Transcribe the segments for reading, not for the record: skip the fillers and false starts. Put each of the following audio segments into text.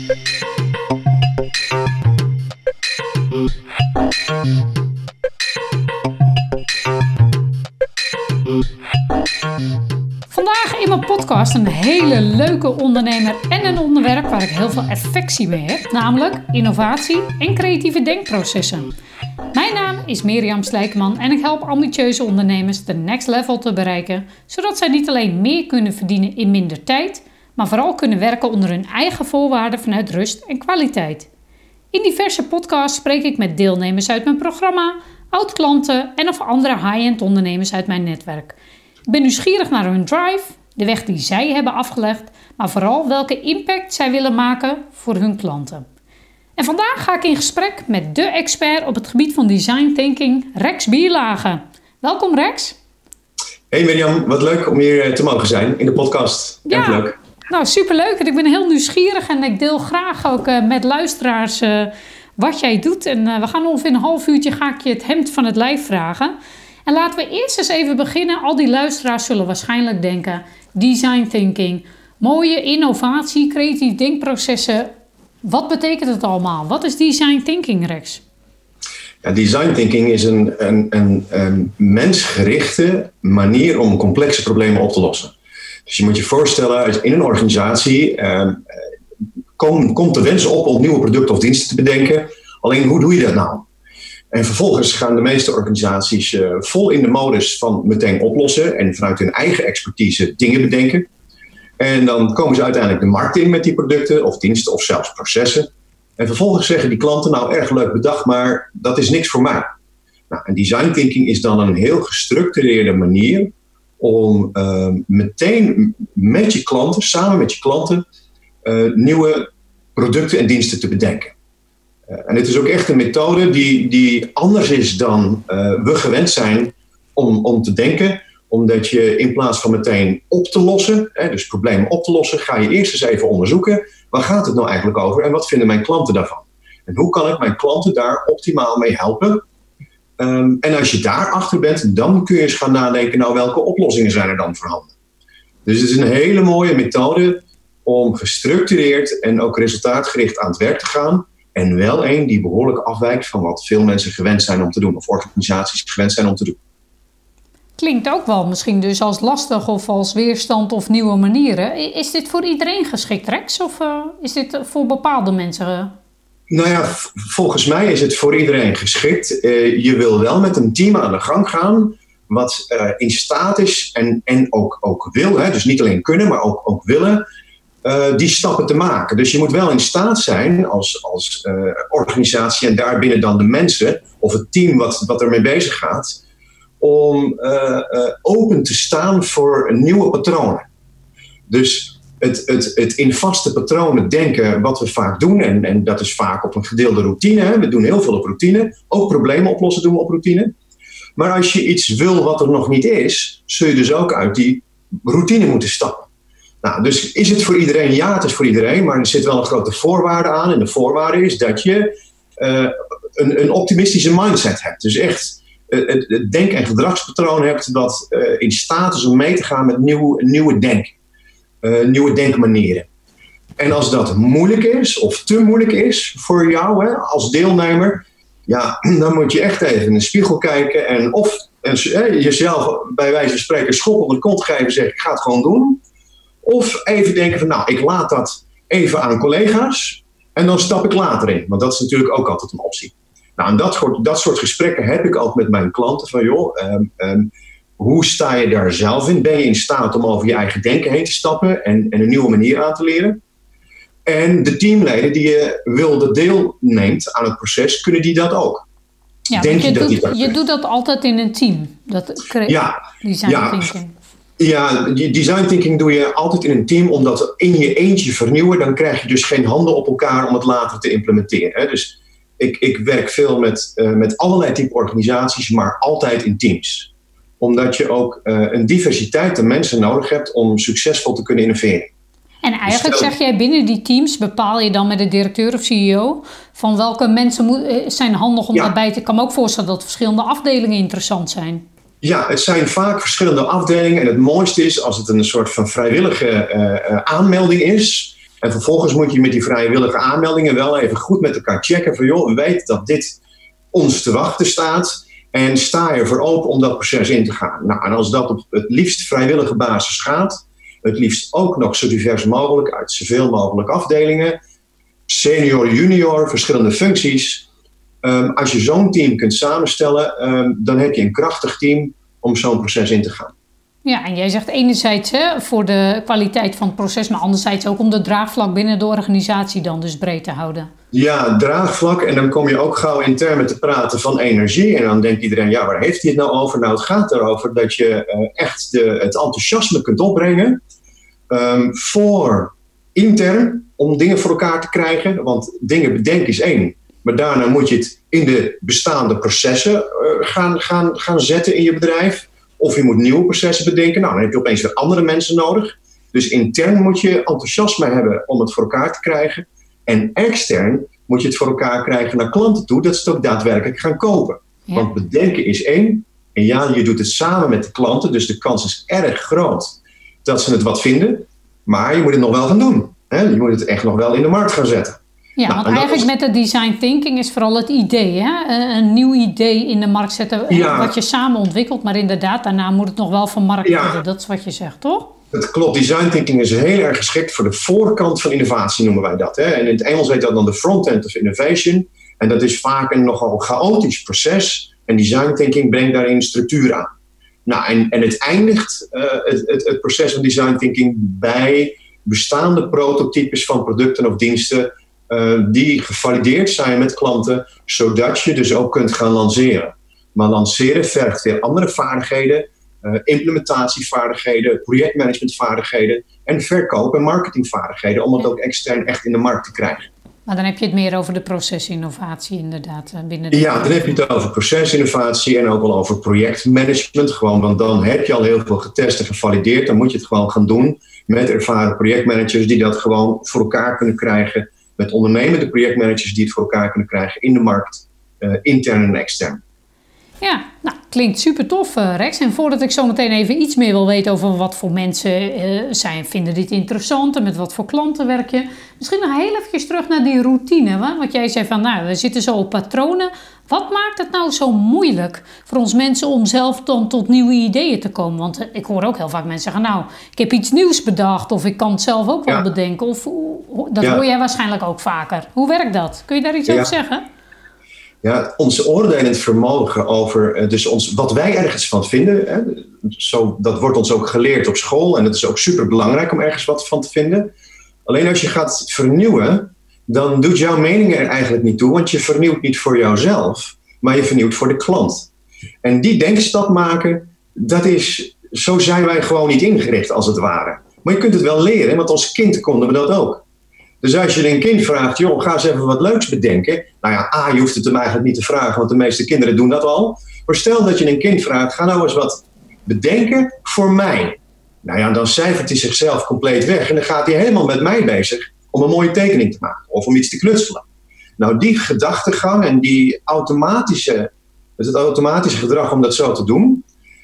Vandaag in mijn podcast een hele leuke ondernemer en een onderwerp waar ik heel veel affectie mee heb, namelijk innovatie en creatieve denkprocessen. Mijn naam is Mirjam Slijkman en ik help ambitieuze ondernemers de next level te bereiken, zodat zij niet alleen meer kunnen verdienen in minder tijd, maar vooral kunnen werken onder hun eigen voorwaarden vanuit rust en kwaliteit. In diverse podcasts spreek ik met deelnemers uit mijn programma, oud-klanten en of andere high-end ondernemers uit mijn netwerk. Ik ben nieuwsgierig naar hun drive, de weg die zij hebben afgelegd, maar vooral welke impact zij willen maken voor hun klanten. En vandaag ga ik in gesprek met de expert op het gebied van design thinking, Rex Bierlage. Welkom Rex. Hey Mirjam, wat leuk om hier te mogen zijn in de podcast. Erg leuk. Nou, superleuk. Ik ben heel nieuwsgierig en ik deel graag ook met luisteraars wat jij doet. En we gaan ongeveer een half uurtje ga ik je het hemd van het lijf vragen. En laten we eerst eens even beginnen. Al die luisteraars zullen waarschijnlijk denken, design thinking, mooie innovatie, creatieve denkprocessen. Wat betekent het allemaal? Wat is design thinking, Rex? Ja, design thinking is een mensgerichte manier om complexe problemen op te lossen. Dus je moet je voorstellen, in een organisatie komt de wens op om nieuwe producten of diensten te bedenken. Alleen, hoe doe je dat nou? En vervolgens gaan de meeste organisaties vol in de modus van meteen oplossen en vanuit hun eigen expertise dingen bedenken. En dan komen ze uiteindelijk de markt in met die producten of diensten of zelfs processen. En vervolgens zeggen die klanten, nou erg leuk bedacht, maar dat is niks voor mij. Nou, en design thinking is dan een heel gestructureerde manier om meteen met je klanten, samen met je klanten, nieuwe producten en diensten te bedenken. En het is ook echt een methode die anders is dan we gewend zijn om te denken. Omdat je in plaats van meteen op te lossen, dus problemen op te lossen, ga je eerst eens even onderzoeken. Waar gaat het nou eigenlijk over en wat vinden mijn klanten daarvan? En hoe kan ik mijn klanten daar optimaal mee helpen? En als je daarachter bent, dan kun je eens gaan nadenken, nou welke oplossingen zijn er dan voorhanden? Dus het is een hele mooie methode om gestructureerd en ook resultaatgericht aan het werk te gaan. En wel een die behoorlijk afwijkt van wat veel mensen gewend zijn om te doen. Of organisaties gewend zijn om te doen. Klinkt ook wel misschien dus als lastig of als weerstand of nieuwe manieren. Is dit voor iedereen geschikt, Rex? Of is dit voor bepaalde mensen? Nou ja, volgens mij is het voor iedereen geschikt. Je wil wel met een team aan de gang gaan wat in staat is en ook wil. Hè, dus niet alleen kunnen, maar ook willen. Die stappen te maken. Dus je moet wel in staat zijn als organisatie en daarbinnen dan de mensen of het team wat ermee bezig gaat, om open te staan voor nieuwe patronen. Dus het in vaste patronen denken wat we vaak doen, en dat is vaak op een gedeelde routine. Hè. We doen heel veel op routine. Ook problemen oplossen doen we op routine. Maar als je iets wil wat er nog niet is, zul je dus ook uit die routine moeten stappen. Nou, dus is het voor iedereen? Ja, het is voor iedereen, maar er zit wel een grote voorwaarde aan. En de voorwaarde is dat je een optimistische mindset hebt. Dus echt het denk- en gedragspatroon hebt dat in staat is om mee te gaan met nieuwe denkmanieren. En als dat moeilijk is of te moeilijk is voor jou als deelnemer, ja, dan moet je echt even in de spiegel kijken en jezelf bij wijze van spreken schop op de kont geven en zeggen ik ga het gewoon doen. Of even denken van, nou, ik laat dat even aan collega's en dan stap ik later in. Want dat is natuurlijk ook altijd een optie. Nou, en dat soort gesprekken heb ik ook met mijn klanten. Van, joh, hoe sta je daar zelf in? Ben je in staat om over je eigen denken heen te stappen en een nieuwe manier aan te leren? En de teamleden die je deelneemt aan het proces, kunnen die dat ook? Ja, je doet dat altijd in een team. Design thinking. Ja, design thinking doe je altijd in een team, omdat in je eentje vernieuwen, dan krijg je dus geen handen op elkaar om het later te implementeren. Hè. Dus ik werk veel met allerlei type organisaties, maar altijd in teams. Omdat je ook een diversiteit aan mensen nodig hebt om succesvol te kunnen innoveren. En eigenlijk zeg jij binnen die teams, bepaal je dan met de directeur of CEO van welke mensen zijn handig om daarbij te... Ik kan me ook voorstellen dat verschillende afdelingen interessant zijn. Ja, het zijn vaak verschillende afdelingen. En het mooiste is als het een soort van vrijwillige aanmelding is. En vervolgens moet je met die vrijwillige aanmeldingen wel even goed met elkaar checken van joh, we weten dat dit ons te wachten staat en sta je ervoor open om dat proces in te gaan. Nou, en als dat op het liefst vrijwillige basis gaat, het liefst ook nog zo divers mogelijk uit zoveel mogelijk afdelingen, senior, junior, verschillende functies. Als je zo'n team kunt samenstellen, dan heb je een krachtig team om zo'n proces in te gaan. Ja, en jij zegt enerzijds voor de kwaliteit van het proces, maar anderzijds ook om de draagvlak binnen de organisatie dan dus breed te houden. Ja, draagvlak. En dan kom je ook gauw in termen te praten van energie. En dan denkt iedereen, ja, waar heeft hij het nou over? Nou, het gaat erover dat je echt het enthousiasme kunt opbrengen voor intern om dingen voor elkaar te krijgen. Want dingen bedenken is één. Maar daarna moet je het in de bestaande processen gaan zetten in je bedrijf. Of je moet nieuwe processen bedenken. Nou, dan heb je opeens weer andere mensen nodig. Dus intern moet je enthousiasme hebben om het voor elkaar te krijgen. En extern moet je het voor elkaar krijgen naar klanten toe, dat ze het ook daadwerkelijk gaan kopen. Ja. Want bedenken is één. En ja, je doet het samen met de klanten. Dus de kans is erg groot dat ze het wat vinden. Maar je moet het nog wel gaan doen. Hè? Je moet het echt nog wel in de markt gaan zetten. Ja, want eigenlijk met de design thinking is vooral het idee. Hè? Een nieuw idee in de markt zetten wat je samen ontwikkelt. Maar inderdaad, daarna moet het nog wel vermarkt worden. Dat is wat je zegt, toch? Het klopt. Design thinking is heel erg geschikt voor de voorkant van innovatie, noemen wij dat. Hè? En in het Engels heet dat dan de front-end of innovation. En dat is vaak een nogal chaotisch proces. En design thinking brengt daarin structuur aan. Nou, en het eindigt het proces van design thinking bij bestaande prototypes van producten of diensten die gevalideerd zijn met klanten, zodat je dus ook kunt gaan lanceren. Maar lanceren vergt weer andere vaardigheden, implementatievaardigheden, projectmanagementvaardigheden en verkoop- en marketingvaardigheden om het ook extern echt in de markt te krijgen. Maar dan heb je het meer over de procesinnovatie inderdaad binnen de... Ja, dan heb je het over procesinnovatie en ook wel over projectmanagement. Gewoon, want dan heb je al heel veel getest en gevalideerd. Dan moet je het gewoon gaan doen met ervaren projectmanagers die dat gewoon voor elkaar kunnen krijgen. Met ondernemende projectmanagers die het voor elkaar kunnen krijgen in de markt, intern en extern. Ja, nou, klinkt super tof, Rex. En voordat ik zo meteen even iets meer wil weten over wat voor mensen vinden dit interessant en met wat voor klanten werk je. Misschien nog heel even terug naar die routine. Want jij zei van, nou, we zitten zo op patronen. Wat maakt het nou zo moeilijk voor ons mensen om zelf dan tot nieuwe ideeën te komen? Want ik hoor ook heel vaak mensen zeggen, nou, ik heb iets nieuws bedacht of ik kan het zelf ook wel bedenken. Of dat hoor jij waarschijnlijk ook vaker. Hoe werkt dat? Kun je daar iets over zeggen? Ja, ons oordelend vermogen over wat wij ergens van vinden, hè, dat wordt ons ook geleerd op school en het is ook super belangrijk om ergens wat van te vinden. Alleen als je gaat vernieuwen, dan doet jouw mening er eigenlijk niet toe, want je vernieuwt niet voor jouzelf, maar je vernieuwt voor de klant. En die denkstap maken, zo zijn wij gewoon niet ingericht als het ware. Maar je kunt het wel leren, want als kind konden we dat ook. Dus als je een kind vraagt, joh, ga eens even wat leuks bedenken. Nou ja, je hoeft het hem eigenlijk niet te vragen, want de meeste kinderen doen dat al. Maar stel dat je een kind vraagt, ga nou eens wat bedenken voor mij. Nou ja, dan cijfert hij zichzelf compleet weg en dan gaat hij helemaal met mij bezig om een mooie tekening te maken of om iets te knutselen. Nou, die gedachtegang en het automatische gedrag om dat zo te doen,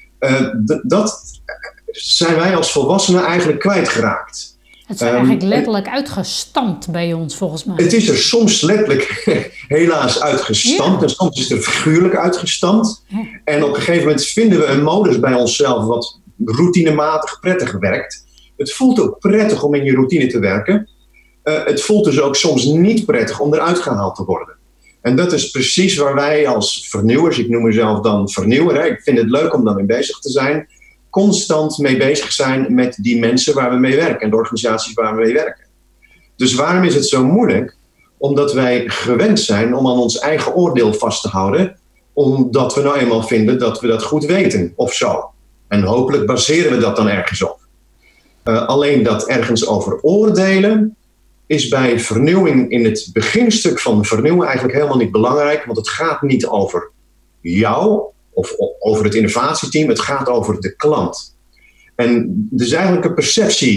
dat zijn wij als volwassenen eigenlijk kwijtgeraakt. Het is eigenlijk letterlijk uitgestampt bij ons, volgens mij. Het is er soms letterlijk helaas uitgestampt. En soms is het er figuurlijk uitgestampt. Ja. En op een gegeven moment vinden we een modus bij onszelf wat routinematig prettig werkt. Het voelt ook prettig om in je routine te werken. Het voelt dus ook soms niet prettig om eruit gehaald te worden. En dat is precies waar wij als vernieuwers, ik noem mezelf dan vernieuwer, hè, ik vind het leuk om daarmee bezig te zijn, constant mee bezig zijn met die mensen waar we mee werken en de organisaties waar we mee werken. Dus waarom is het zo moeilijk? Omdat wij gewend zijn om aan ons eigen oordeel vast te houden, omdat we nou eenmaal vinden dat we dat goed weten of zo. En hopelijk baseren we dat dan ergens op. Alleen dat ergens over oordelen is bij vernieuwing in het beginstuk van vernieuwen eigenlijk helemaal niet belangrijk, want het gaat niet over jou of over het innovatieteam, het gaat over de klant. En er is eigenlijk een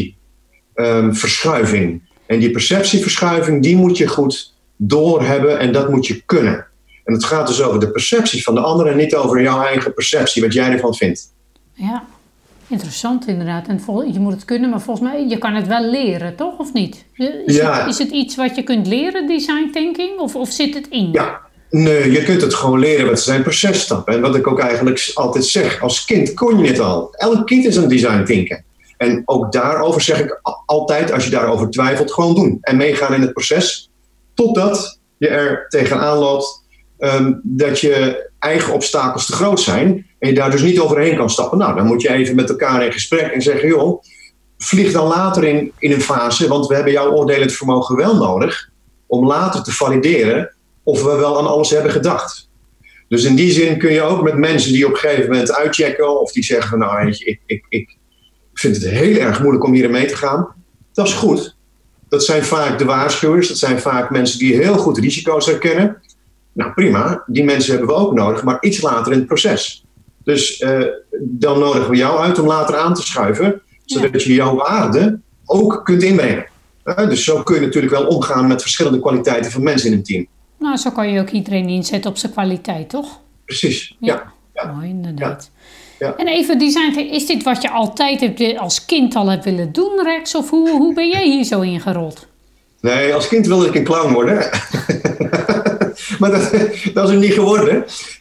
perceptieverschuiving. En die perceptieverschuiving, die moet je goed doorhebben en dat moet je kunnen. En het gaat dus over de perceptie van de ander en niet over jouw eigen perceptie, wat jij ervan vindt. Ja, Interessant inderdaad. En je moet het kunnen, maar volgens mij, je kan het wel leren, toch? Of niet? Is het iets wat je kunt leren, design thinking? Of zit het in? Ja, nee, je kunt het gewoon leren, want het zijn processtappen. En wat ik ook eigenlijk altijd zeg, als kind kon je het al. Elk kind is een design thinker. En ook daarover zeg ik altijd, als je daarover twijfelt, gewoon doen. En meegaan in het proces, totdat je er tegenaan loopt dat je eigen obstakels te groot zijn en je daar dus niet overheen kan stappen. Nou, dan moet je even met elkaar in gesprek en zeggen, joh, vlieg dan later in een fase, want we hebben jouw oordelend vermogen wel nodig om later te valideren of we wel aan alles hebben gedacht. Dus in die zin kun je ook met mensen die op een gegeven moment uitchecken of die zeggen van, nou, weet je, ik vind het heel erg moeilijk om hierin mee te gaan. Dat is goed. Dat zijn vaak de waarschuwers, dat zijn vaak mensen die heel goed risico's herkennen. Nou prima, die mensen hebben we ook nodig, maar iets later in het proces. Dus dan nodigen we jou uit om later aan te schuiven, zodat je jouw waarde ook kunt inbrengen. Dus zo kun je natuurlijk wel omgaan met verschillende kwaliteiten van mensen in een team. Nou, zo kan je ook iedereen inzetten op zijn kwaliteit, toch? Precies, ja. Mooi, inderdaad. Ja. En even design, is dit wat je altijd als kind al hebt willen doen, Rex? Of hoe ben jij hier zo ingerold? Nee, als kind wilde ik een clown worden. Maar dat is er niet geworden.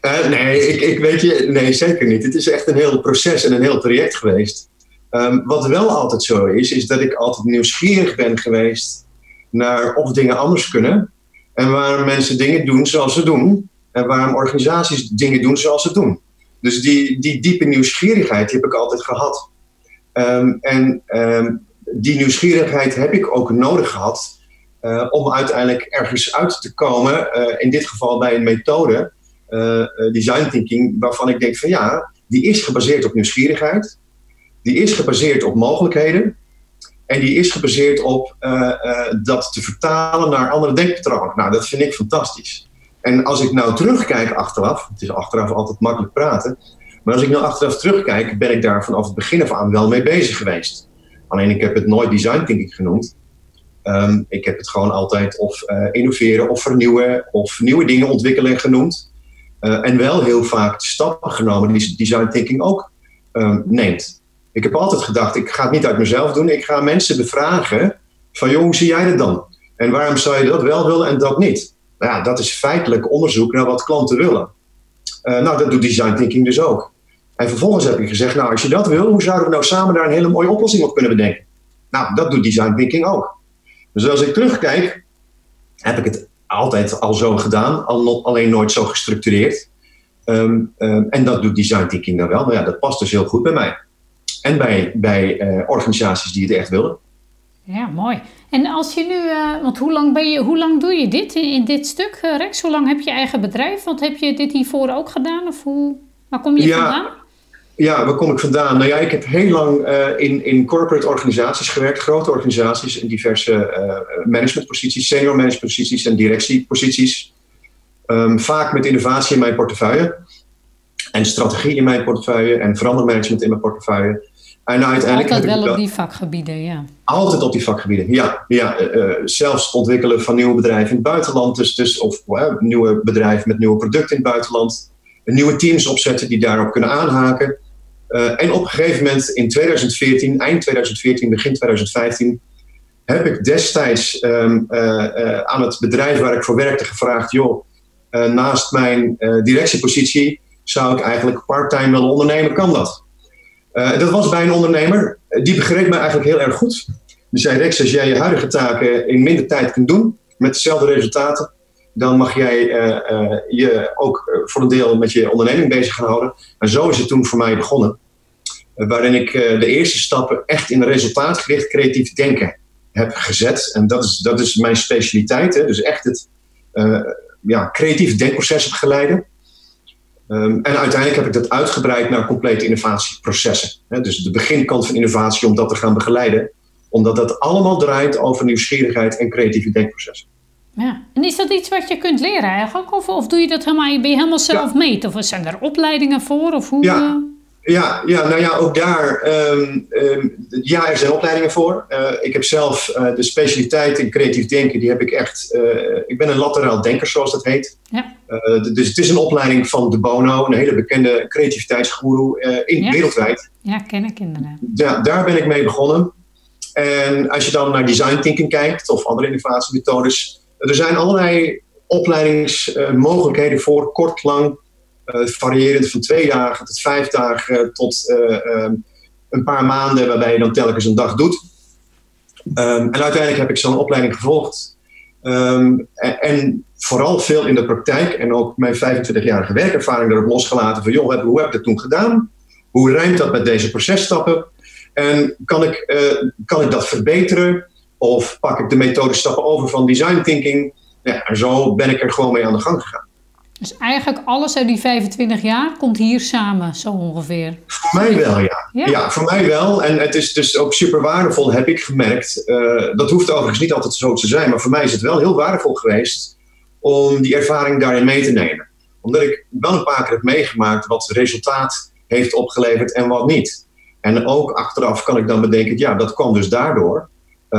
Nee, zeker niet. Het is echt een heel proces en een heel traject geweest. Wat wel altijd zo is dat ik altijd nieuwsgierig ben geweest naar of dingen anders kunnen. En waarom mensen dingen doen zoals ze doen. En waarom organisaties dingen doen zoals ze doen. Dus die diepe nieuwsgierigheid die heb ik altijd gehad. Die nieuwsgierigheid heb ik ook nodig gehad om uiteindelijk ergens uit te komen, in dit geval bij een methode, design thinking, waarvan ik denk van ja, die is gebaseerd op nieuwsgierigheid, die is gebaseerd op mogelijkheden en die is gebaseerd op dat te vertalen naar andere denkpatronen. Nou, dat vind ik fantastisch. En als ik nou terugkijk achteraf, het is achteraf altijd makkelijk praten, maar als ik nou achteraf terugkijk, ben ik daar vanaf het begin af aan wel mee bezig geweest. Alleen ik heb het nooit design thinking genoemd. Ik heb het gewoon altijd of innoveren of vernieuwen of nieuwe dingen ontwikkelen genoemd. En wel heel vaak de stappen genomen die design thinking ook neemt. Ik heb altijd gedacht, ik ga het niet uit mezelf doen. Ik ga mensen bevragen van, joh, hoe zie jij dat dan? En waarom zou je dat wel willen en dat niet? Nou ja, dat is feitelijk onderzoek naar wat klanten willen. Nou, dat doet design thinking dus ook. En vervolgens heb ik gezegd, nou, als je dat wil, hoe zouden we nou samen daar een hele mooie oplossing op kunnen bedenken? Nou, dat doet design thinking ook. Dus als ik terugkijk, heb ik het altijd al zo gedaan, alleen nooit zo gestructureerd. En dat doet design thinking dan wel. Maar ja, dat past dus heel goed bij mij. En bij organisaties die het echt willen. Ja, mooi. En als je nu, want hoe lang doe je dit in dit stuk, Rex? Hoe lang heb je eigen bedrijf? Want heb je dit hiervoor ook gedaan? Of waar kom je vandaan? Ja, waar kom ik vandaan? Nou ja, ik heb heel lang in corporate organisaties gewerkt, grote organisaties, in diverse managementposities, senior managementposities en directieposities. Vaak met innovatie in mijn portefeuille en strategie in mijn portefeuille en verandermanagement in mijn portefeuille. En uiteindelijk altijd wel op die vakgebieden, ja. Altijd op die vakgebieden, ja. Zelfs ontwikkelen van nieuwe bedrijven in het buitenland, of nieuwe bedrijven met nieuwe producten in het buitenland. Nieuwe teams opzetten die daarop kunnen aanhaken. En op een gegeven moment in 2014, eind 2014, begin 2015, heb ik destijds aan het bedrijf waar ik voor werkte gevraagd, joh, naast mijn directiepositie zou ik eigenlijk part-time willen ondernemen, kan dat? Dat was bij een ondernemer, die begreep mij eigenlijk heel erg goed. Die zei, Rex, als jij je huidige taken in minder tijd kunt doen, met dezelfde resultaten, dan mag jij je ook voor een deel met je onderneming bezig gaan houden. En zo is het toen voor mij begonnen. Waarin ik de eerste stappen echt in resultaatgericht creatief denken heb gezet. En dat is mijn specialiteit. Hè? Dus echt het creatief denkproces begeleiden. En uiteindelijk heb ik dat uitgebreid naar complete innovatieprocessen. Hè? Dus de beginkant van innovatie om dat te gaan begeleiden. Omdat dat allemaal draait over nieuwsgierigheid en creatieve denkprocessen. Ja, en is dat iets wat je kunt leren eigenlijk? Of doe je dat helemaal, ben je helemaal self-made? Of zijn er opleidingen voor? Of hoe, Nou ja, ook daar. Er zijn opleidingen voor. Ik heb zelf de specialiteit in creatief denken. Die heb ik echt. Ik ben een lateraal denker, zoals dat heet. Ja. Dus het is een opleiding van De Bono, een hele bekende creativiteitsgoeroe wereldwijd. Ja, ken ik inderdaad. Ja, daar ben ik mee begonnen. En als je dan naar design thinking kijkt of andere innovatiemethodes, er zijn allerlei opleidingsmogelijkheden voor, kort, lang. Variërend van 2 dagen tot 5 dagen tot een paar maanden, waarbij je dan telkens een dag doet. En uiteindelijk heb ik zo'n opleiding gevolgd. En vooral veel in de praktijk en ook mijn 25-jarige werkervaring daarop losgelaten van hoe heb ik dat toen gedaan? Hoe rijmt dat met deze processtappen? En kan ik dat verbeteren? Of pak ik de methodestappen over van design thinking? Ja, en zo ben ik er gewoon mee aan de gang gegaan. Dus eigenlijk alles uit die 25 jaar komt hier samen, zo ongeveer? Voor mij wel, ja. Ja, voor mij wel. En het is dus ook super waardevol, heb ik gemerkt. Dat hoeft overigens niet altijd zo te zijn, maar voor mij is het wel heel waardevol geweest om die ervaring daarin mee te nemen. Omdat ik wel een paar keer heb meegemaakt wat resultaat heeft opgeleverd en wat niet. En ook achteraf kan ik dan bedenken, ja, dat kwam dus daardoor.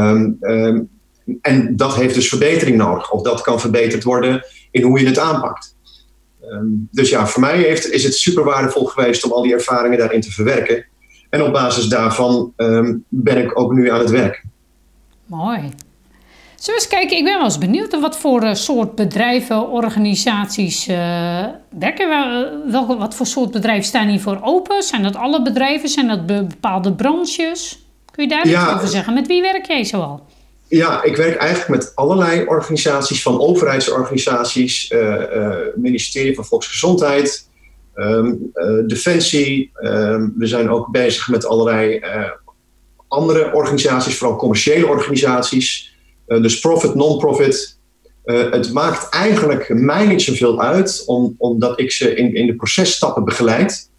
En dat heeft dus verbetering nodig. Of dat kan verbeterd worden in hoe je het aanpakt. Dus ja, voor mij is het super waardevol geweest om al die ervaringen daarin te verwerken. En op basis daarvan ben ik ook nu aan het werk. Mooi. Zullen we eens kijken, ik ben wel eens benieuwd wat voor soort bedrijven, organisaties werken. Wat voor soort bedrijven staan hier voor open? Zijn dat alle bedrijven? Zijn dat bepaalde branches? Kun je daar iets over zeggen? Met wie werk jij zoal? Ja, ik werk eigenlijk met allerlei organisaties, van overheidsorganisaties, ministerie van Volksgezondheid, Defensie. We zijn ook bezig met allerlei andere organisaties, vooral commerciële organisaties. Dus profit, non-profit. Het maakt eigenlijk mij niet zoveel uit, omdat ik ze in de processtappen begeleid.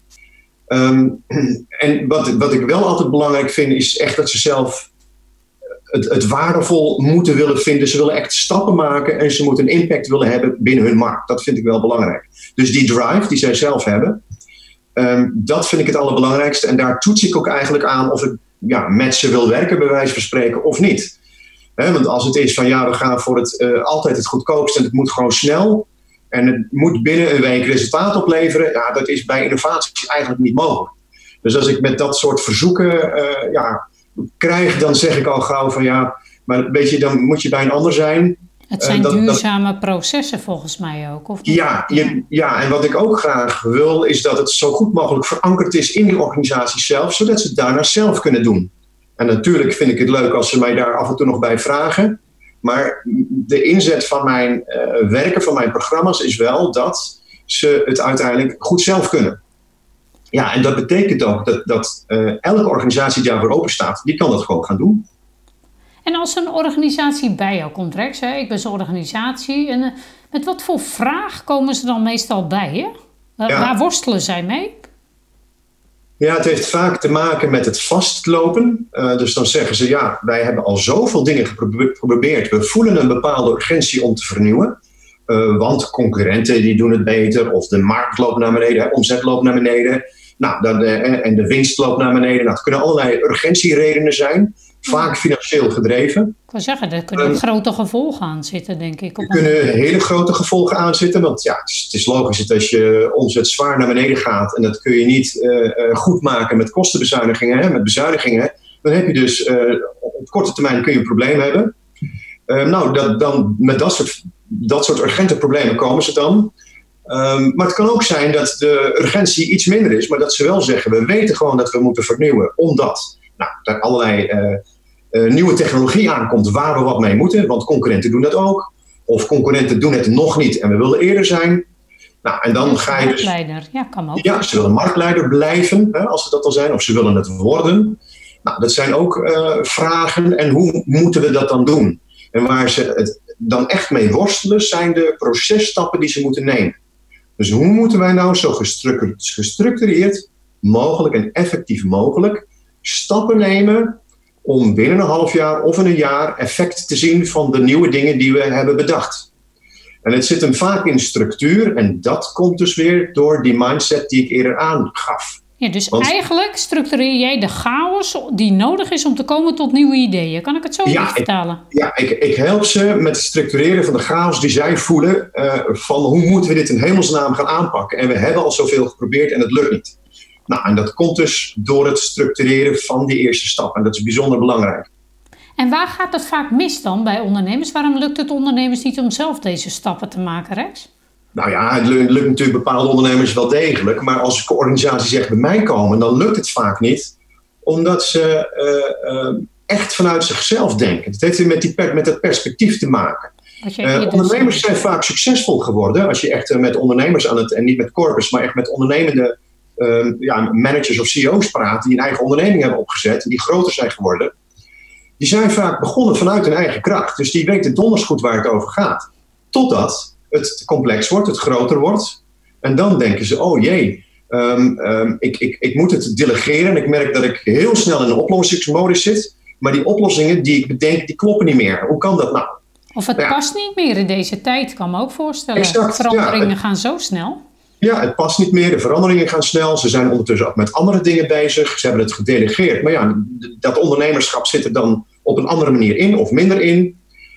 En wat ik wel altijd belangrijk vind, is echt dat ze zelf het waardevol moeten willen vinden. Ze willen echt stappen maken en ze moeten een impact willen hebben binnen hun markt. Dat vind ik wel belangrijk. Dus die drive die zij zelf hebben, dat vind ik het allerbelangrijkste. En daar toets ik ook eigenlijk aan of ik met ze wil werken, bij wijze van spreken, of niet. Want als het is van we gaan voor altijd het goedkoopste en het moet gewoon snel en het moet binnen een week resultaat opleveren, dat is bij innovaties eigenlijk niet mogelijk. Dus als ik met dat soort verzoeken krijg, dan zeg ik al gauw van maar weet je, dan moet je bij een ander zijn. Het zijn duurzame processen volgens mij ook, of niet? Ja, en wat ik ook graag wil, is dat het zo goed mogelijk verankerd is in die organisatie zelf, zodat ze het daarna zelf kunnen doen. En natuurlijk vind ik het leuk als ze mij daar af en toe nog bij vragen. Maar de inzet van mijn werken, van mijn programma's, is wel dat ze het uiteindelijk goed zelf kunnen. Ja, en dat betekent ook dat elke organisatie die daarvoor open staat, die kan dat gewoon gaan doen. En als een organisatie bij jou komt, Rex, ik ben zo'n organisatie, en met wat voor vraag komen ze dan meestal bij je? Waar worstelen zij mee? Ja, het heeft vaak te maken met het vastlopen. Dus dan zeggen ze, wij hebben al zoveel dingen geprobeerd. We voelen een bepaalde urgentie om te vernieuwen. Want concurrenten die doen het beter. Of de markt loopt naar beneden, omzet loopt naar beneden. En de winst loopt naar beneden. Het kunnen allerlei urgentieredenen zijn. Vaak financieel gedreven. Ik wil zeggen, er kunnen grote gevolgen aan zitten, denk ik. Er kunnen hele grote gevolgen aan zitten. Want het is logisch dat als je omzet zwaar naar beneden gaat, en dat kun je niet goed maken met kostenbezuinigingen, met bezuinigingen, dan heb je dus op korte termijn kun je een probleem hebben. Dan met dat soort urgente problemen komen ze dan. Maar het kan ook zijn dat de urgentie iets minder is, maar dat ze wel zeggen, we weten gewoon dat we moeten vernieuwen, omdat er allerlei nieuwe technologie aankomt waar we wat mee moeten, want concurrenten doen dat ook. Of concurrenten doen het nog niet en we willen eerder zijn. En dan ga je dus... Marktleider, kan ook. Ja, ze willen marktleider blijven, als ze dat al zijn, of ze willen het worden. Dat zijn ook vragen. En hoe moeten we dat dan doen? En waar ze het dan echt mee worstelen, zijn de processtappen die ze moeten nemen. Dus hoe moeten wij nou zo gestructureerd mogelijk en effectief mogelijk stappen nemen om binnen een half jaar of een jaar effect te zien van de nieuwe dingen die we hebben bedacht. En het zit hem vaak in structuur en dat komt dus weer door die mindset die ik eerder aangaf. Ja, dus eigenlijk structureer jij de chaos die nodig is om te komen tot nieuwe ideeën. Kan ik het zo vertalen? Ik help ze met het structureren van de chaos die zij voelen. Van hoe moeten we dit in hemelsnaam gaan aanpakken? En we hebben al zoveel geprobeerd en het lukt niet. Nou, en dat komt dus door het structureren van die eerste stap. En dat is bijzonder belangrijk. En waar gaat het vaak mis dan bij ondernemers? Waarom lukt het ondernemers niet om zelf deze stappen te maken, Rex? Nou ja, het lukt natuurlijk bepaalde ondernemers wel degelijk. Maar als organisaties echt bij mij komen, dan lukt het vaak niet. Omdat ze echt vanuit zichzelf denken. Het heeft weer met het perspectief te maken. Ondernemers zijn vaak succesvol geworden. Als je echt met ondernemers en niet met corporates, maar echt met ondernemende managers of CEO's praat. Die een eigen onderneming hebben opgezet. En die groter zijn geworden. Die zijn vaak begonnen vanuit hun eigen kracht. Dus die weten donders goed waar het over gaat. Totdat het complex wordt, het groter wordt. En dan denken ze, oh jee, ik moet het delegeren. En ik merk dat ik heel snel in een oplossingsmodus zit. Maar die oplossingen die ik bedenk, die kloppen niet meer. Hoe kan dat nou? Of het past niet meer in deze tijd, kan me ook voorstellen. Exact, veranderingen gaan zo snel. Ja, het past niet meer. De veranderingen gaan snel. Ze zijn ondertussen ook met andere dingen bezig. Ze hebben het gedelegeerd. Maar ja, dat ondernemerschap zit er dan op een andere manier in of minder in.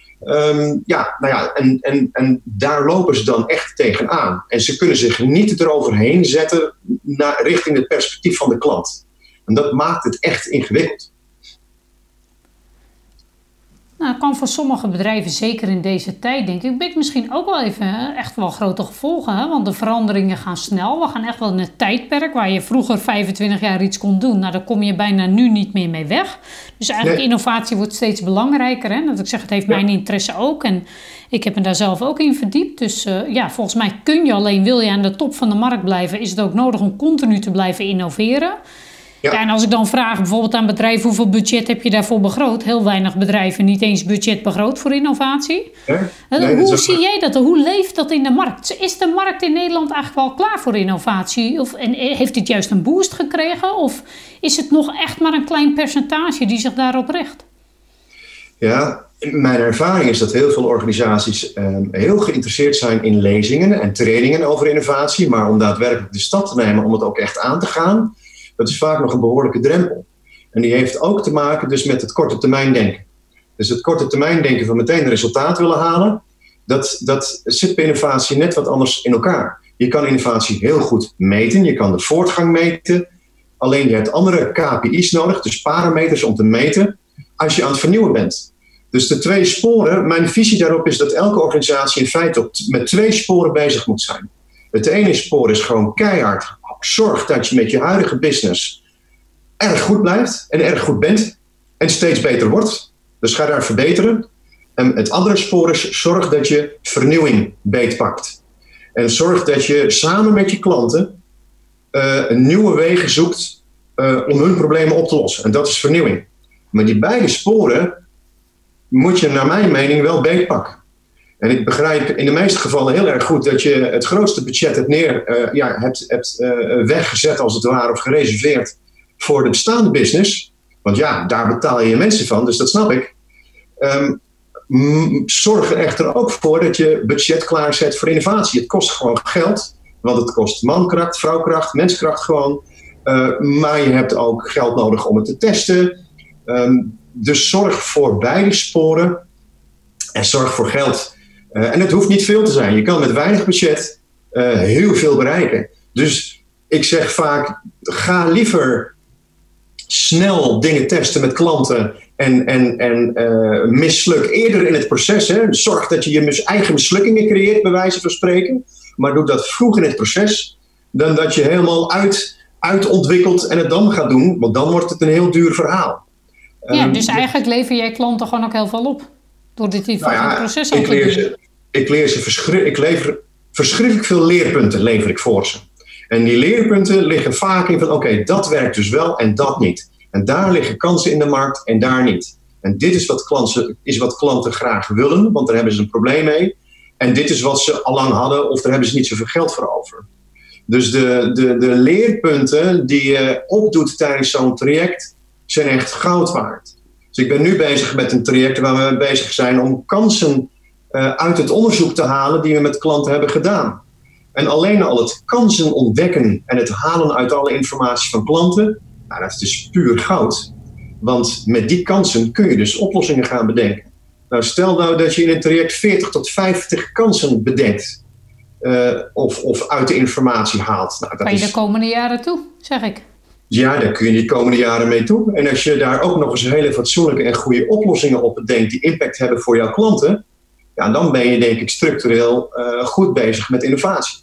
En daar lopen ze dan echt tegenaan. En ze kunnen zich niet eroverheen zetten richting het perspectief van de klant. En dat maakt het echt ingewikkeld. Nou, dat kan voor sommige bedrijven, zeker in deze tijd, denk ik, biedt misschien ook wel even echt wel grote gevolgen. Hè? Want de veranderingen gaan snel. We gaan echt wel in een tijdperk waar je vroeger 25 jaar iets kon doen. Nou, daar kom je bijna nu niet meer mee weg. Dus eigenlijk innovatie wordt steeds belangrijker. Hè? Dat ik zeg, het heeft mijn interesse ook. En ik heb me daar zelf ook in verdiept. Dus volgens mij wil je aan de top van de markt blijven, is het ook nodig om continu te blijven innoveren. Ja, en als ik dan vraag bijvoorbeeld aan bedrijven, hoeveel budget heb je daarvoor begroot? Heel weinig bedrijven niet eens budget begroot voor innovatie. Hoe zie jij dat? Hoe leeft dat in de markt? Is de markt in Nederland eigenlijk wel klaar voor innovatie? En heeft dit juist een boost gekregen? Of is het nog echt maar een klein percentage die zich daarop richt? Ja, mijn ervaring is dat heel veel organisaties heel geïnteresseerd zijn in lezingen en trainingen over innovatie. Maar om daadwerkelijk de stap te nemen om het ook echt aan te gaan, dat is vaak nog een behoorlijke drempel. En die heeft ook te maken dus met het korte termijn denken. Dus het korte termijn denken van meteen een resultaat willen halen, dat zit bij innovatie net wat anders in elkaar. Je kan innovatie heel goed meten, je kan de voortgang meten. Alleen je hebt andere KPI's nodig, dus parameters om te meten, als je aan het vernieuwen bent. Dus de twee sporen, mijn visie daarop is dat elke organisatie in feite met twee sporen bezig moet zijn. Het ene spoor is gewoon keihard. Zorg dat je met je huidige business erg goed blijft en erg goed bent en steeds beter wordt. Dus ga daar verbeteren. En het andere spoor is zorg dat je vernieuwing beetpakt. En zorg dat je samen met je klanten nieuwe wegen zoekt om hun problemen op te lossen. En dat is vernieuwing. Maar die beide sporen moet je naar mijn mening wel beetpakken. En ik begrijp in de meeste gevallen heel erg goed dat je het grootste budget hebt weggezet als het ware of gereserveerd voor de bestaande business. Want ja, daar betaal je mensen van, dus dat snap ik. Zorg er echter ook voor dat je budget klaarzet voor innovatie. Het kost gewoon geld, want het kost mankracht, vrouwkracht, menskracht gewoon. Maar je hebt ook geld nodig om het te testen. Dus zorg voor beide sporen en zorg voor geld. En het hoeft niet veel te zijn. Je kan met weinig budget heel veel bereiken. Dus ik zeg vaak, ga liever snel dingen testen met klanten en misluk eerder in het proces. Hè. Zorg dat je je eigen mislukkingen creëert, bij wijze van spreken. Maar doe dat vroeg in het proces, dan dat je helemaal uitontwikkelt en het dan gaat doen. Want dan wordt het een heel duur verhaal. Ja, dus eigenlijk lever jij klanten gewoon ook heel veel op. Door dit proces al te doen. Ik lever verschrikkelijk veel leerpunten lever ik voor ze. En die leerpunten liggen vaak in van oké, dat werkt dus wel en dat niet. En daar liggen kansen in de markt en daar niet. En dit is wat klanten graag willen, want daar hebben ze een probleem mee. En dit is wat ze al lang hadden of daar hebben ze niet zoveel geld voor over. Dus de leerpunten die je opdoet tijdens zo'n traject zijn echt goud waard. Dus ik ben nu bezig met een traject waar we bezig zijn om kansen uit het onderzoek te halen die we met klanten hebben gedaan. En alleen al het kansen ontdekken en het halen uit alle informatie van klanten, nou, dat is dus puur goud. Want met die kansen kun je dus oplossingen gaan bedenken. Nou, stel nou dat je in een traject 40 tot 50 kansen bedenkt. Of uit de informatie haalt. Nou, dat kan je de komende jaren toe, zeg ik. Ja, daar kun je de komende jaren mee toe. En als je daar ook nog eens hele fatsoenlijke en goede oplossingen op bedenkt die impact hebben voor jouw klanten, ja, dan ben je denk ik structureel goed bezig met innovatie.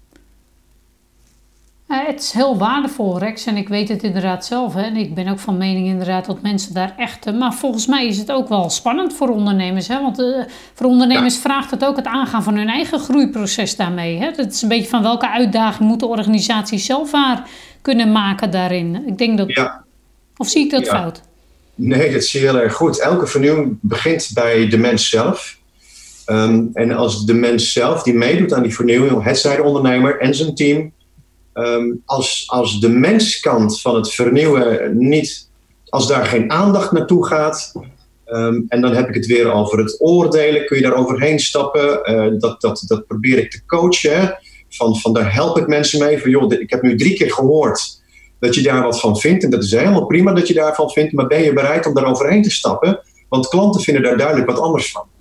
Het is heel waardevol, Rex, en ik weet het inderdaad zelf. Hè. En ik ben ook van mening inderdaad dat mensen daar echt... Maar volgens mij is het ook wel spannend voor ondernemers. Hè. Want voor ondernemers vraagt het ook het aangaan van hun eigen groeiproces daarmee. Hè. Het is een beetje van welke uitdaging moet de organisatie zelf waar kunnen maken daarin. Ik denk dat... Ja. Of zie ik dat fout? Nee, dat zie je heel erg goed. Elke vernieuwing begint bij de mens zelf. En als de mens zelf die meedoet aan die vernieuwing, het zij de ondernemer en zijn team... Als de menskant van het vernieuwen niet, als daar geen aandacht naartoe gaat, en dan heb ik het weer over het oordelen, kun je daar overheen stappen, dat probeer ik te coachen, van daar help ik mensen mee, van joh, ik heb nu 3 keer gehoord dat je daar wat van vindt, en dat is helemaal prima dat je daarvan vindt, maar ben je bereid om daar overheen te stappen, want klanten vinden daar duidelijk wat anders van.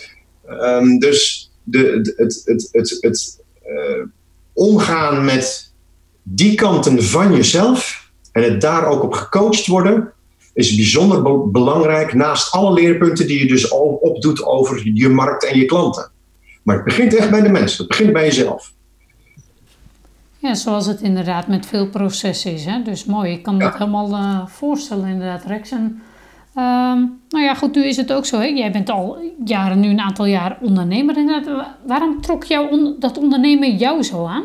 Dus het omgaan met die kanten van jezelf en het daar ook op gecoacht worden, is bijzonder belangrijk naast alle leerpunten die je dus opdoet over je markt en je klanten. Maar het begint echt bij de mensen, het begint bij jezelf. Ja, zoals het inderdaad met veel processen is. Hè? Dus mooi, ik kan dat helemaal voorstellen inderdaad, Rex. En, nou ja, goed, nu is het ook zo. Hè? Jij bent al jaren, nu een aantal jaar ondernemer. Inderdaad. Waarom trok dat ondernemen jou zo aan?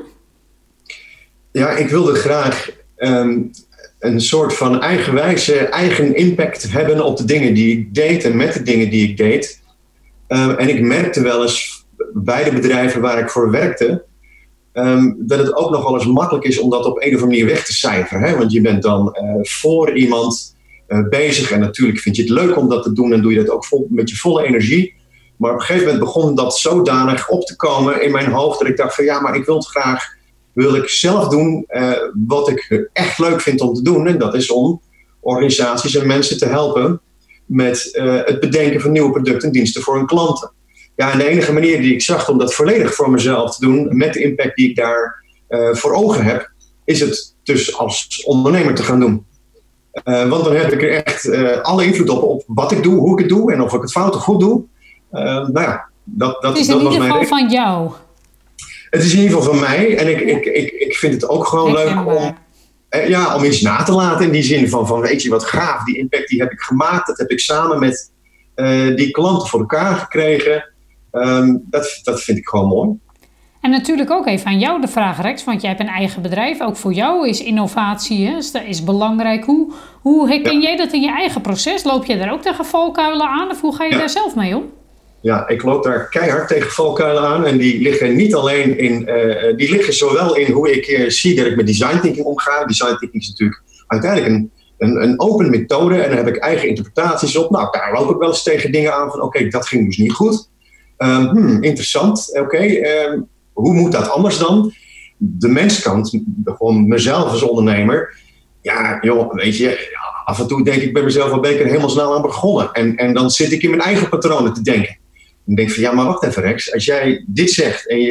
Ja, ik wilde graag een soort van eigen impact hebben op de dingen die ik deed en met de dingen die ik deed. En ik merkte wel eens bij de bedrijven waar ik voor werkte, dat het ook nog wel eens makkelijk is om dat op een of andere manier weg te cijferen. Hè? Want je bent dan voor iemand bezig en natuurlijk vind je het leuk om dat te doen en doe je dat ook met je volle energie. Maar op een gegeven moment begon dat zodanig op te komen in mijn hoofd dat ik dacht van ja, maar ik wil het graag... wil ik zelf doen wat ik echt leuk vind om te doen. En dat is om organisaties en mensen te helpen met het bedenken van nieuwe producten en diensten voor hun klanten. Ja, en de enige manier die ik zag om dat volledig voor mezelf te doen, met de impact die ik daar voor ogen heb, is het dus als ondernemer te gaan doen. Want dan heb ik er echt alle invloed op wat ik doe, hoe ik het doe en of ik het fout of goed doe. Nou ja, dat was mijn... Het is in ieder geval van jou. Het is in ieder geval van mij en ik vind het ook gewoon leuk om iets na te laten in die zin van weet je wat gaaf, die impact die heb ik gemaakt, dat heb ik samen met die klanten voor elkaar gekregen. Dat vind ik gewoon mooi. En natuurlijk ook even aan jou de vraag, Rex, want jij hebt een eigen bedrijf. Ook voor jou is innovatie is belangrijk. Hoe herken jij dat in je eigen proces? Loop je daar ook tegen valkuilen aan of hoe ga je daar zelf mee om? Ja, ik loop daar keihard tegen valkuilen aan. En die liggen niet alleen in... die liggen zowel in hoe ik zie dat ik met design thinking omga. Design thinking is natuurlijk uiteindelijk een open methode. En daar heb ik eigen interpretaties op. Nou, daar loop ik wel eens tegen dingen aan van... Oké, dat ging dus niet goed. Interessant. Hoe moet dat anders dan? De menskant, gewoon mezelf als ondernemer... Ja, joh, weet je... Af en toe denk ik bij mezelf... Waar ben ik er helemaal snel aan begonnen? En dan zit ik in mijn eigen patronen te denken. En denk van, ja, maar wacht even Rex. Als jij dit zegt en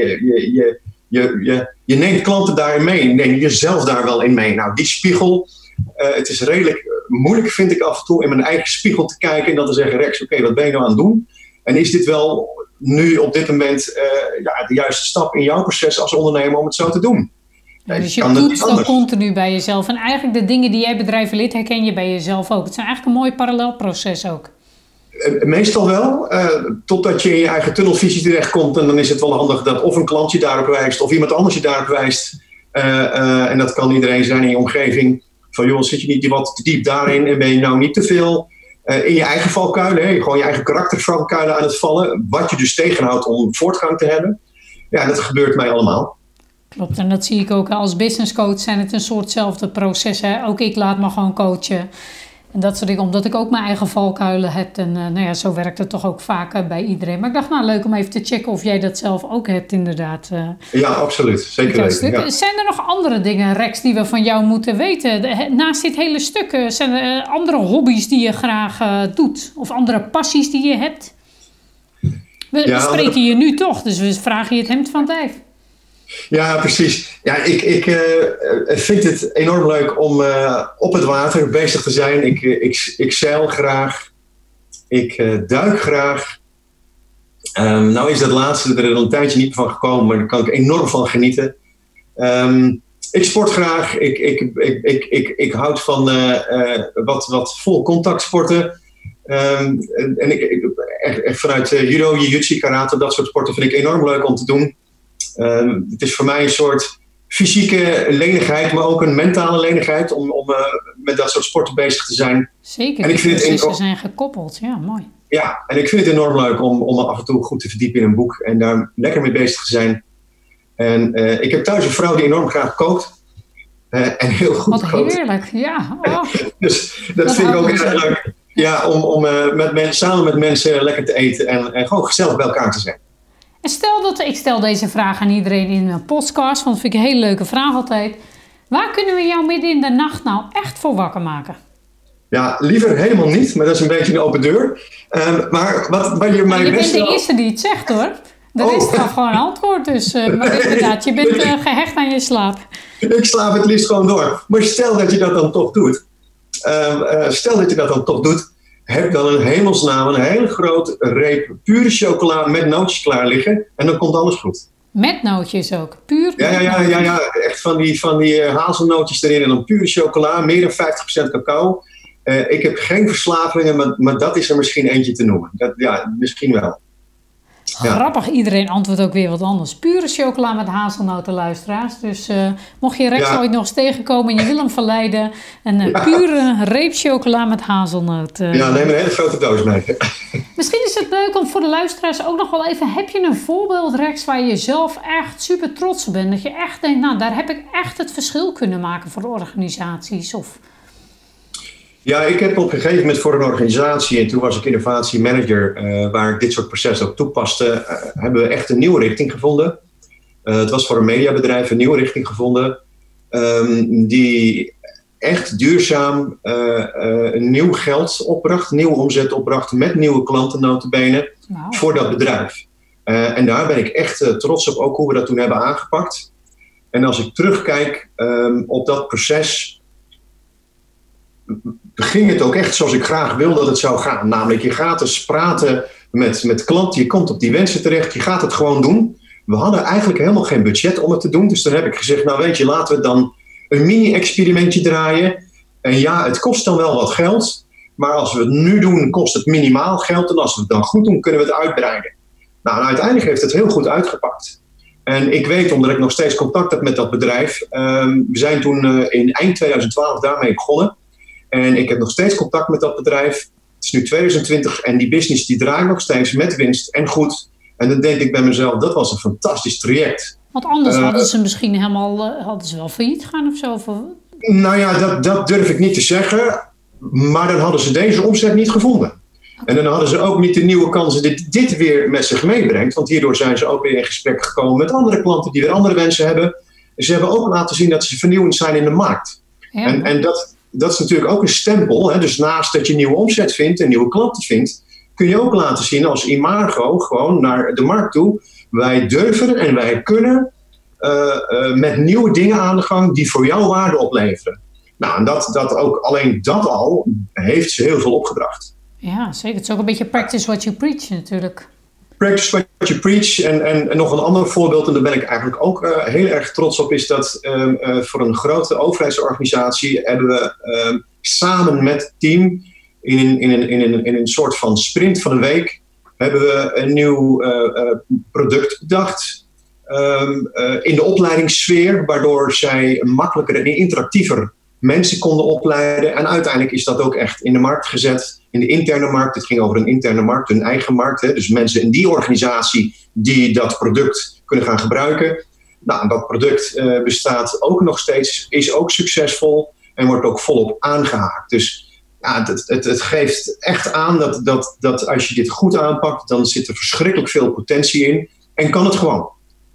je neemt klanten daarin mee, neem je jezelf daar wel in mee. Nou, die spiegel, het is redelijk moeilijk vind ik af en toe in mijn eigen spiegel te kijken en dan te zeggen, Rex, oké, wat ben je nou aan het doen? En is dit wel nu op dit moment de juiste stap in jouw proces als ondernemer om het zo te doen? Ja, dus je toetst dan continu bij jezelf. En eigenlijk de dingen die jij bedrijven leert, herken je bij jezelf ook. Het is eigenlijk een mooi parallelproces ook. Meestal wel, totdat je in je eigen tunnelvisie terechtkomt. En dan is het wel handig dat of een klant je daarop wijst of iemand anders je daarop wijst. En dat kan iedereen zijn in je omgeving. Van joh, zit je niet wat te diep daarin en ben je nou niet te veel in je eigen valkuilen. Hè? Gewoon je eigen karaktervalkuilen aan het vallen. Wat je dus tegenhoudt om voortgang te hebben. Ja, dat gebeurt mij allemaal. Klopt, en dat zie ik ook als business coach zijn het een soortzelfde proces. Hè? Ook ik laat me gewoon coachen. En dat soort dingen, omdat ik ook mijn eigen valkuilen heb. En zo werkt het toch ook vaak bij iedereen. Maar ik dacht, leuk om even te checken of jij dat zelf ook hebt inderdaad. Ja, absoluut. Zeker weten. Ja. Zijn er nog andere dingen, Rex, die we van jou moeten weten? Naast dit hele stuk, zijn er andere hobby's die je graag doet? Of andere passies die je hebt? We spreken je nu toch, dus we vragen je het hemd van het lijf. Ja, precies. Ja, ik vind het enorm leuk om op het water bezig te zijn. Ik zeil graag. Ik duik graag. Nou is dat laatste er een tijdje niet van gekomen, maar daar kan ik enorm van genieten. Ik sport graag. Ik houd van wat vol contact sporten. En ik echt vanuit judo, jiu-jitsu, karate, dat soort sporten vind ik enorm leuk om te doen. Het is voor mij een soort fysieke lenigheid, maar ook een mentale lenigheid om met dat soort sporten bezig te zijn. Zeker, en ze zijn gekoppeld. Ja, mooi. Ja, en ik vind het enorm leuk om me af en toe goed te verdiepen in een boek en daar lekker mee bezig te zijn. En ik heb thuis een vrouw die enorm graag kookt. En heel goed Wat kookt. Heerlijk, ja. Oh. Dus dat vind ik ook heel leuk. Ja, om samen met mensen lekker te eten en gewoon gezellig bij elkaar te zijn. En ik stel deze vraag aan iedereen in mijn podcast, want dat vind ik een hele leuke vraag altijd. Waar kunnen we jou midden in de nacht nou echt voor wakker maken? Ja, liever helemaal niet, maar dat is een beetje een open deur. Maar wat je mij je bent de eerste die het zegt, hoor. De rest gaf gewoon een antwoord, dus maar inderdaad, je bent gehecht aan je slaap. Ik slaap het liefst gewoon door. Maar stel dat je dat dan toch doet. Heb dan een hemelsnaam een hele grote reep pure chocola met nootjes klaar liggen. En dan komt alles goed. Met nootjes ook? Puur? Ja. Echt van die hazelnootjes erin en dan pure chocola. Meer dan 50% cacao. Ik heb geen verslavingen, maar dat is er misschien eentje te noemen. Misschien wel. Ja. Grappig, iedereen antwoordt ook weer wat anders. Pure chocola met hazelnoten, luisteraars. Dus mocht je Rex ooit nog eens tegenkomen en je wil hem verleiden, een pure reep chocola met hazelnoot. Ja, neem een hele grote doos mee. Misschien is het leuk om voor de luisteraars ook nog wel even, heb je een voorbeeld, Rex, waar je zelf echt super trots op bent? Dat je echt denkt, nou, daar heb ik echt het verschil kunnen maken voor de organisaties of... Ja, ik heb op een gegeven moment voor een organisatie, en toen was ik innovatiemanager, waar ik dit soort processen ook toepaste, hebben we echt een nieuwe richting gevonden. Het was voor een mediabedrijf een nieuwe richting gevonden, die echt duurzaam nieuw geld opbracht, nieuwe omzet opbracht met nieuwe klanten notabene voor dat bedrijf. En daar ben ik echt trots op, ook hoe we dat toen hebben aangepakt. En als ik terugkijk op dat proces, ging het ook echt zoals ik graag wil dat het zou gaan. Namelijk, je gaat eens praten met klanten, je komt op die wensen terecht, je gaat het gewoon doen. We hadden eigenlijk helemaal geen budget om het te doen, dus dan heb ik gezegd, nou weet je, laten we dan een mini-experimentje draaien. En ja, het kost dan wel wat geld, maar als we het nu doen, kost het minimaal geld. En als we het dan goed doen, kunnen we het uitbreiden. Nou, en uiteindelijk heeft het heel goed uitgepakt. En ik weet, omdat ik nog steeds contact heb met dat bedrijf, we zijn toen in eind 2012 daarmee begonnen. En ik heb nog steeds contact met dat bedrijf. Het is nu 2020 en die business die draait nog steeds met winst en goed. En dan denk ik bij mezelf, dat was een fantastisch traject. Want anders hadden ze misschien hadden ze wel failliet gaan of zo? Nou ja, dat durf ik niet te zeggen. Maar dan hadden ze deze omzet niet gevonden. En dan hadden ze ook niet de nieuwe kansen die dit weer met zich meebrengt. Want hierdoor zijn ze ook weer in gesprek gekomen met andere klanten die weer andere wensen hebben. Ze hebben ook laten zien dat ze vernieuwend zijn in de markt. Ja. En dat is natuurlijk ook een stempel. Hè? Dus naast dat je nieuwe omzet vindt en nieuwe klanten vindt, kun je ook laten zien als imago gewoon naar de markt toe. Wij durven en wij kunnen met nieuwe dingen aan de gang die voor jou waarde opleveren. Nou, en alleen dat al heeft ze heel veel opgebracht. Ja, zeker. Het is ook een beetje practice what you preach natuurlijk. Practice what you preach. En nog een ander voorbeeld, en daar ben ik eigenlijk ook heel erg trots op, is dat voor een grote overheidsorganisatie hebben we samen met het team in een soort van sprint van een week hebben we een nieuw product bedacht in de opleidingssfeer, waardoor zij makkelijker en interactiever mensen konden opleiden. En uiteindelijk is dat ook echt in de markt gezet, in de interne markt. Het ging over een interne markt, een eigen markt. Hè? Dus mensen in die organisatie die dat product kunnen gaan gebruiken. Nou, dat product bestaat ook nog steeds, is ook succesvol en wordt ook volop aangehaakt. Dus het geeft echt aan dat als je dit goed aanpakt, dan zit er verschrikkelijk veel potentie in en kan het gewoon.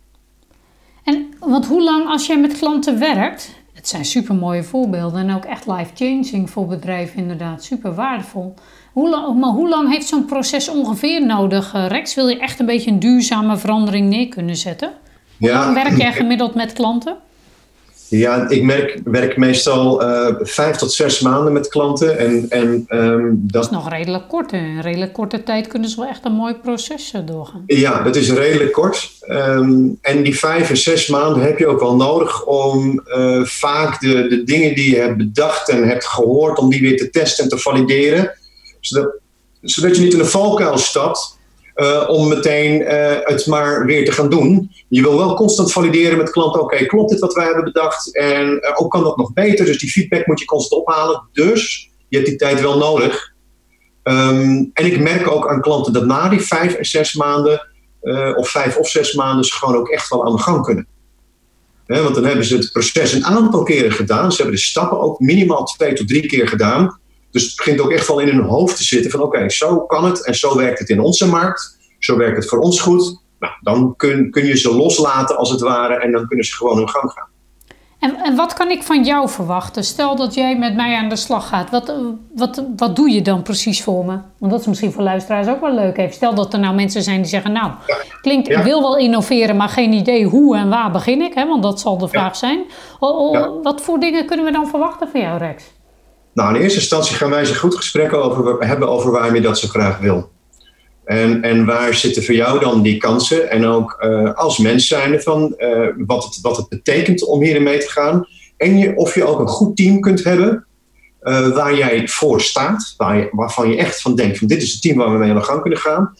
En want hoe lang als jij met klanten werkt, het zijn super mooie voorbeelden en ook echt life-changing voor bedrijven inderdaad, super waardevol. Hoe lang heeft zo'n proces ongeveer nodig, Rex? Wil je echt een beetje een duurzame verandering neer kunnen zetten? Hoe lang werk jij gemiddeld met klanten? Ja, ik werk meestal 5 tot 6 maanden met klanten. Dat is nog redelijk kort. In een redelijk korte tijd kunnen ze wel echt een mooi proces doorgaan. Ja, dat is redelijk kort. En die 5 en 6 maanden heb je ook wel nodig om vaak de dingen die je hebt bedacht en hebt gehoord, om die weer te testen en te valideren. Zodat je niet in een valkuil stapt om meteen het maar weer te gaan doen. Je wil wel constant valideren met klanten. Oké, klopt dit wat wij hebben bedacht? En ook kan dat nog beter. Dus die feedback moet je constant ophalen. Dus je hebt die tijd wel nodig. En ik merk ook aan klanten dat na die 5 en 6 maanden... of 5 of 6 maanden ze gewoon ook echt wel aan de gang kunnen. Want dan hebben ze het proces een aantal keren gedaan. Ze hebben de stappen ook minimaal 2 tot 3 keer gedaan. Dus het begint ook echt wel in hun hoofd te zitten van oké, zo kan het en zo werkt het in onze markt. Zo werkt het voor ons goed. Nou, dan kun je ze loslaten als het ware en dan kunnen ze gewoon hun gang gaan. En wat kan ik van jou verwachten? Stel dat jij met mij aan de slag gaat. Wat doe je dan precies voor me? Want dat is misschien voor luisteraars ook wel leuk. Even. Stel dat er nou mensen zijn die zeggen... ik wil wel innoveren, maar geen idee hoe en waar begin ik. Hè? Want dat zal de vraag zijn. Wat voor dingen kunnen we dan verwachten van jou, Rex? Nou, in eerste instantie gaan wij eens een goed gesprek hebben over waarom je dat zo graag wil. En waar zitten voor jou dan die kansen? En ook als mens zijnde van wat het betekent om hierin mee te gaan. En of je ook een goed team kunt hebben waar jij voor staat. Waarvan je echt van denkt, van dit is het team waar we mee aan de gang kunnen gaan.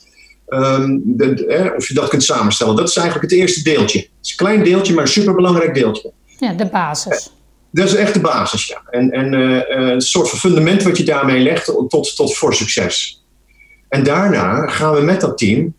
Of je dat kunt samenstellen. Dat is eigenlijk het eerste deeltje. Het is een klein deeltje, maar een superbelangrijk deeltje. Ja, de basis. Dat is echt de basis, ja. En een soort van fundament wat je daarmee legt tot voor succes. En daarna gaan we met dat team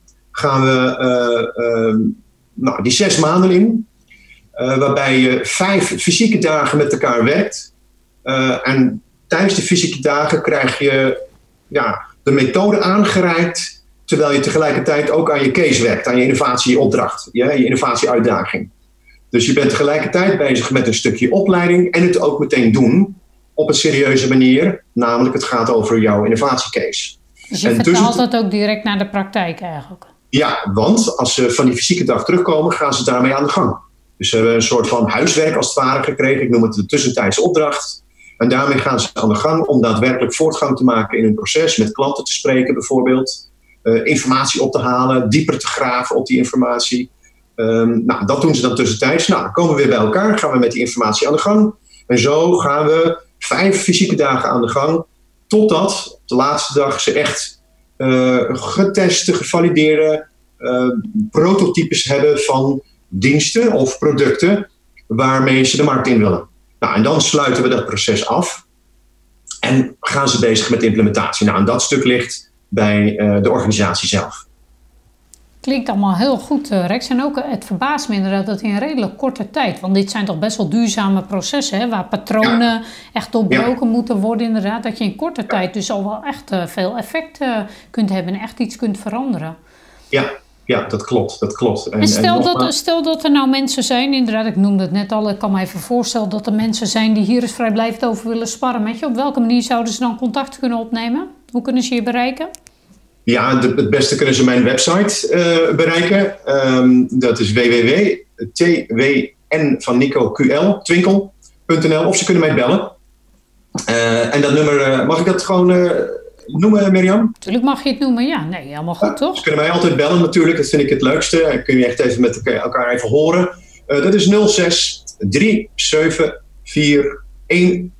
die 6 maanden in. Waarbij je 5 fysieke dagen met elkaar werkt. En tijdens de fysieke dagen krijg je de methode aangereikt. Terwijl je tegelijkertijd ook aan je case werkt. Aan je innovatieopdracht. Je innovatieuitdaging. Dus je bent tegelijkertijd bezig met een stukje opleiding en het ook meteen doen op een serieuze manier. Namelijk het gaat over jouw innovatiecase. Dus je vertaalt dat ook direct naar de praktijk eigenlijk? Ja, want als ze van die fysieke dag terugkomen, gaan ze daarmee aan de gang. Dus ze hebben een soort van huiswerk als het ware gekregen. Ik noem het de tussentijdse opdracht. En daarmee gaan ze aan de gang om daadwerkelijk voortgang te maken in hun proces. Met klanten te spreken bijvoorbeeld. Informatie op te halen, dieper te graven op die informatie. Dat doen ze dan tussentijds. Dan komen we weer bij elkaar, gaan we met die informatie aan de gang. En zo gaan we 5 fysieke dagen aan de gang. Totdat op de laatste dag ze echt geteste, gevalideerde prototypes hebben van diensten of producten waarmee ze de markt in willen. En dan sluiten we dat proces af en gaan ze bezig met de implementatie. En dat stuk ligt bij de organisatie zelf. Klinkt allemaal heel goed, Rex. En ook het verbaast me inderdaad dat in een redelijk korte tijd... want dit zijn toch best wel duurzame processen... Hè, waar patronen echt doorbroken moeten worden inderdaad... dat je in korte tijd dus al wel echt veel effect kunt hebben... en echt iets kunt veranderen. Ja, dat klopt. En stel dat er nou mensen zijn, inderdaad, ik noemde het net al... ik kan me even voorstellen dat er mensen zijn die hier eens vrijblijvend over willen sparren met je. Op welke manier zouden ze dan contact kunnen opnemen? Hoe kunnen ze je bereiken? Ja, het beste kunnen ze mijn website bereiken. Dat is www.twn van Nico QL, twinkel.nl. Of ze kunnen mij bellen. En dat nummer, mag ik dat gewoon noemen, Mirjam? Natuurlijk mag je het noemen, ja. Nee, helemaal goed, toch? Ze kunnen mij altijd bellen natuurlijk, dat vind ik het leukste. Dan kun je echt even met elkaar even horen. Dat is 06 37 418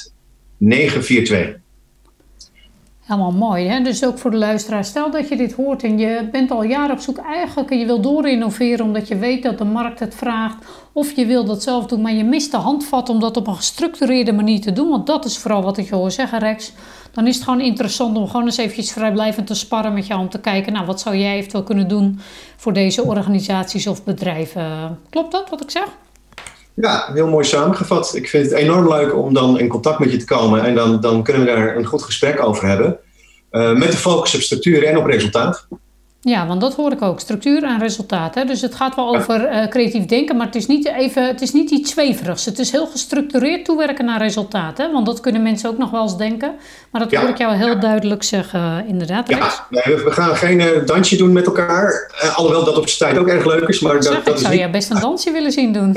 942. Helemaal mooi, hè? Dus ook voor de luisteraar. Stel dat je dit hoort en je bent al jaren op zoek eigenlijk... en je wil doorinnoveren omdat je weet dat de markt het vraagt... of je wil dat zelf doen, maar je mist de handvat om dat op een gestructureerde manier te doen... want dat is vooral wat ik je hoor zeggen, Rex. Dan is het gewoon interessant om gewoon eens eventjes vrijblijvend te sparren met jou... om te kijken, wat zou jij eventueel kunnen doen voor deze organisaties of bedrijven. Klopt dat, wat ik zeg? Ja, heel mooi samengevat. Ik vind het enorm leuk om dan in contact met je te komen en dan kunnen we daar een goed gesprek over hebben. Met de focus op structuur en op resultaat. Ja, want dat hoor ik ook. Structuur en resultaat. Hè? Dus het gaat wel over creatief denken, maar het is niet iets zweverigs. Het is heel gestructureerd toewerken naar resultaat. Hè? Want dat kunnen mensen ook nog wel eens denken. Maar dat hoor ik jou heel duidelijk zeggen, inderdaad. Ja, nee, we gaan geen dansje doen met elkaar. Alhoewel dat op zijn tijd ook erg leuk is. Maar ik zou jou best een dansje willen zien doen.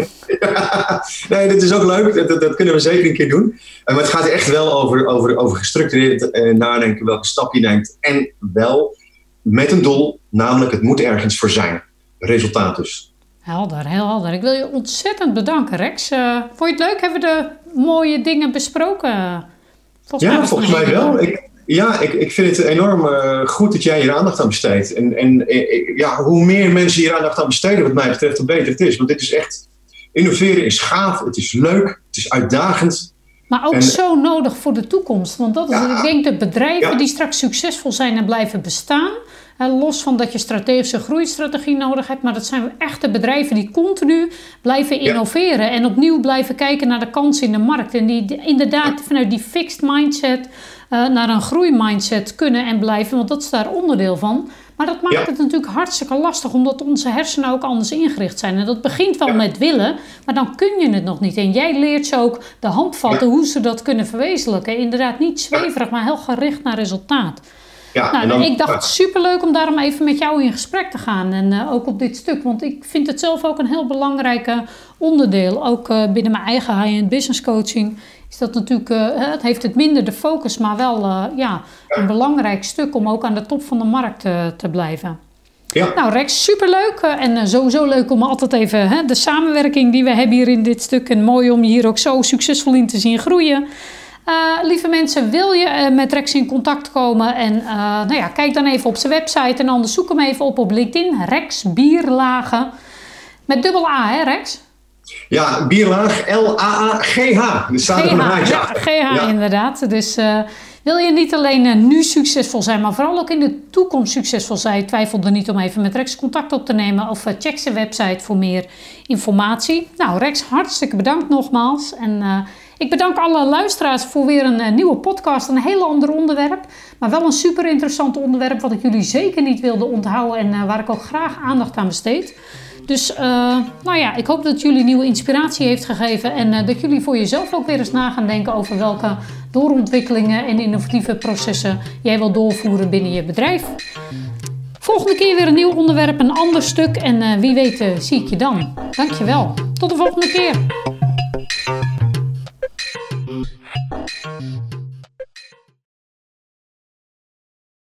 Nee, dit is ook leuk. Dat kunnen we zeker een keer doen. Maar het gaat echt wel over gestructureerd nadenken welke stap je neemt. En wel met een doel, namelijk het moet ergens voor zijn. Resultaat dus. Helder, heel helder. Ik wil je ontzettend bedanken, Rex. Vond je het leuk? Hebben we de mooie dingen besproken? Volgens mij wel. Ik vind het enorm goed dat jij hier aandacht aan besteedt. En hoe meer mensen hier aandacht aan besteden, wat mij betreft, hoe beter het is. Want dit is echt, innoveren is gaaf, het is leuk, het is uitdagend. Maar ook zo nodig voor de toekomst. Want dat is, ik denk, de bedrijven die straks succesvol zijn en blijven bestaan. Los van dat je strategische groeistrategie nodig hebt. Maar dat zijn echte bedrijven die continu blijven innoveren. En opnieuw blijven kijken naar de kansen in de markt. En die inderdaad vanuit die fixed mindset naar een groeimindset kunnen en blijven. Want dat is daar onderdeel van. Maar dat maakt het natuurlijk hartstikke lastig, omdat onze hersenen ook anders ingericht zijn. En dat begint wel met willen, maar dan kun je het nog niet. En jij leert ze ook de handvatten hoe ze dat kunnen verwezenlijken. Inderdaad niet zweverig, maar heel gericht naar resultaat. Ik dacht superleuk om daarom even met jou in gesprek te gaan. En ook op dit stuk, want ik vind het zelf ook een heel belangrijk onderdeel. Ook binnen mijn eigen high-end business coaching is dat natuurlijk, het heeft het minder de focus, maar wel een belangrijk stuk om ook aan de top van de markt te blijven. Ja. Nou Rex, superleuk en sowieso leuk om altijd even de samenwerking die we hebben hier in dit stuk. En mooi om je hier ook zo succesvol in te zien groeien. Lieve mensen, wil je met Rex in contact komen? En kijk dan even op zijn website en anders zoek hem even op LinkedIn. Rex Bierlage. Met dubbel A, hè Rex? Ja, Bierlaag, L-A-A-G-H. Dus staat er een haartje achter. G-H inderdaad. Dus wil je niet alleen nu succesvol zijn, maar vooral ook in de toekomst succesvol zijn, twijfel er niet om even met Rex contact op te nemen of check zijn website voor meer informatie. Nou Rex, hartstikke bedankt nogmaals. En ik bedank alle luisteraars voor weer een nieuwe podcast. Een heel ander onderwerp, maar wel een super interessant onderwerp wat ik jullie zeker niet wilde onthouden en waar ik ook graag aandacht aan besteed. Dus ik hoop dat jullie nieuwe inspiratie heeft gegeven en dat jullie voor jezelf ook weer eens na gaan denken over welke doorontwikkelingen en innovatieve processen jij wil doorvoeren binnen je bedrijf. Volgende keer weer een nieuw onderwerp, een ander stuk en wie weet zie ik je dan. Dankjewel. Tot de volgende keer.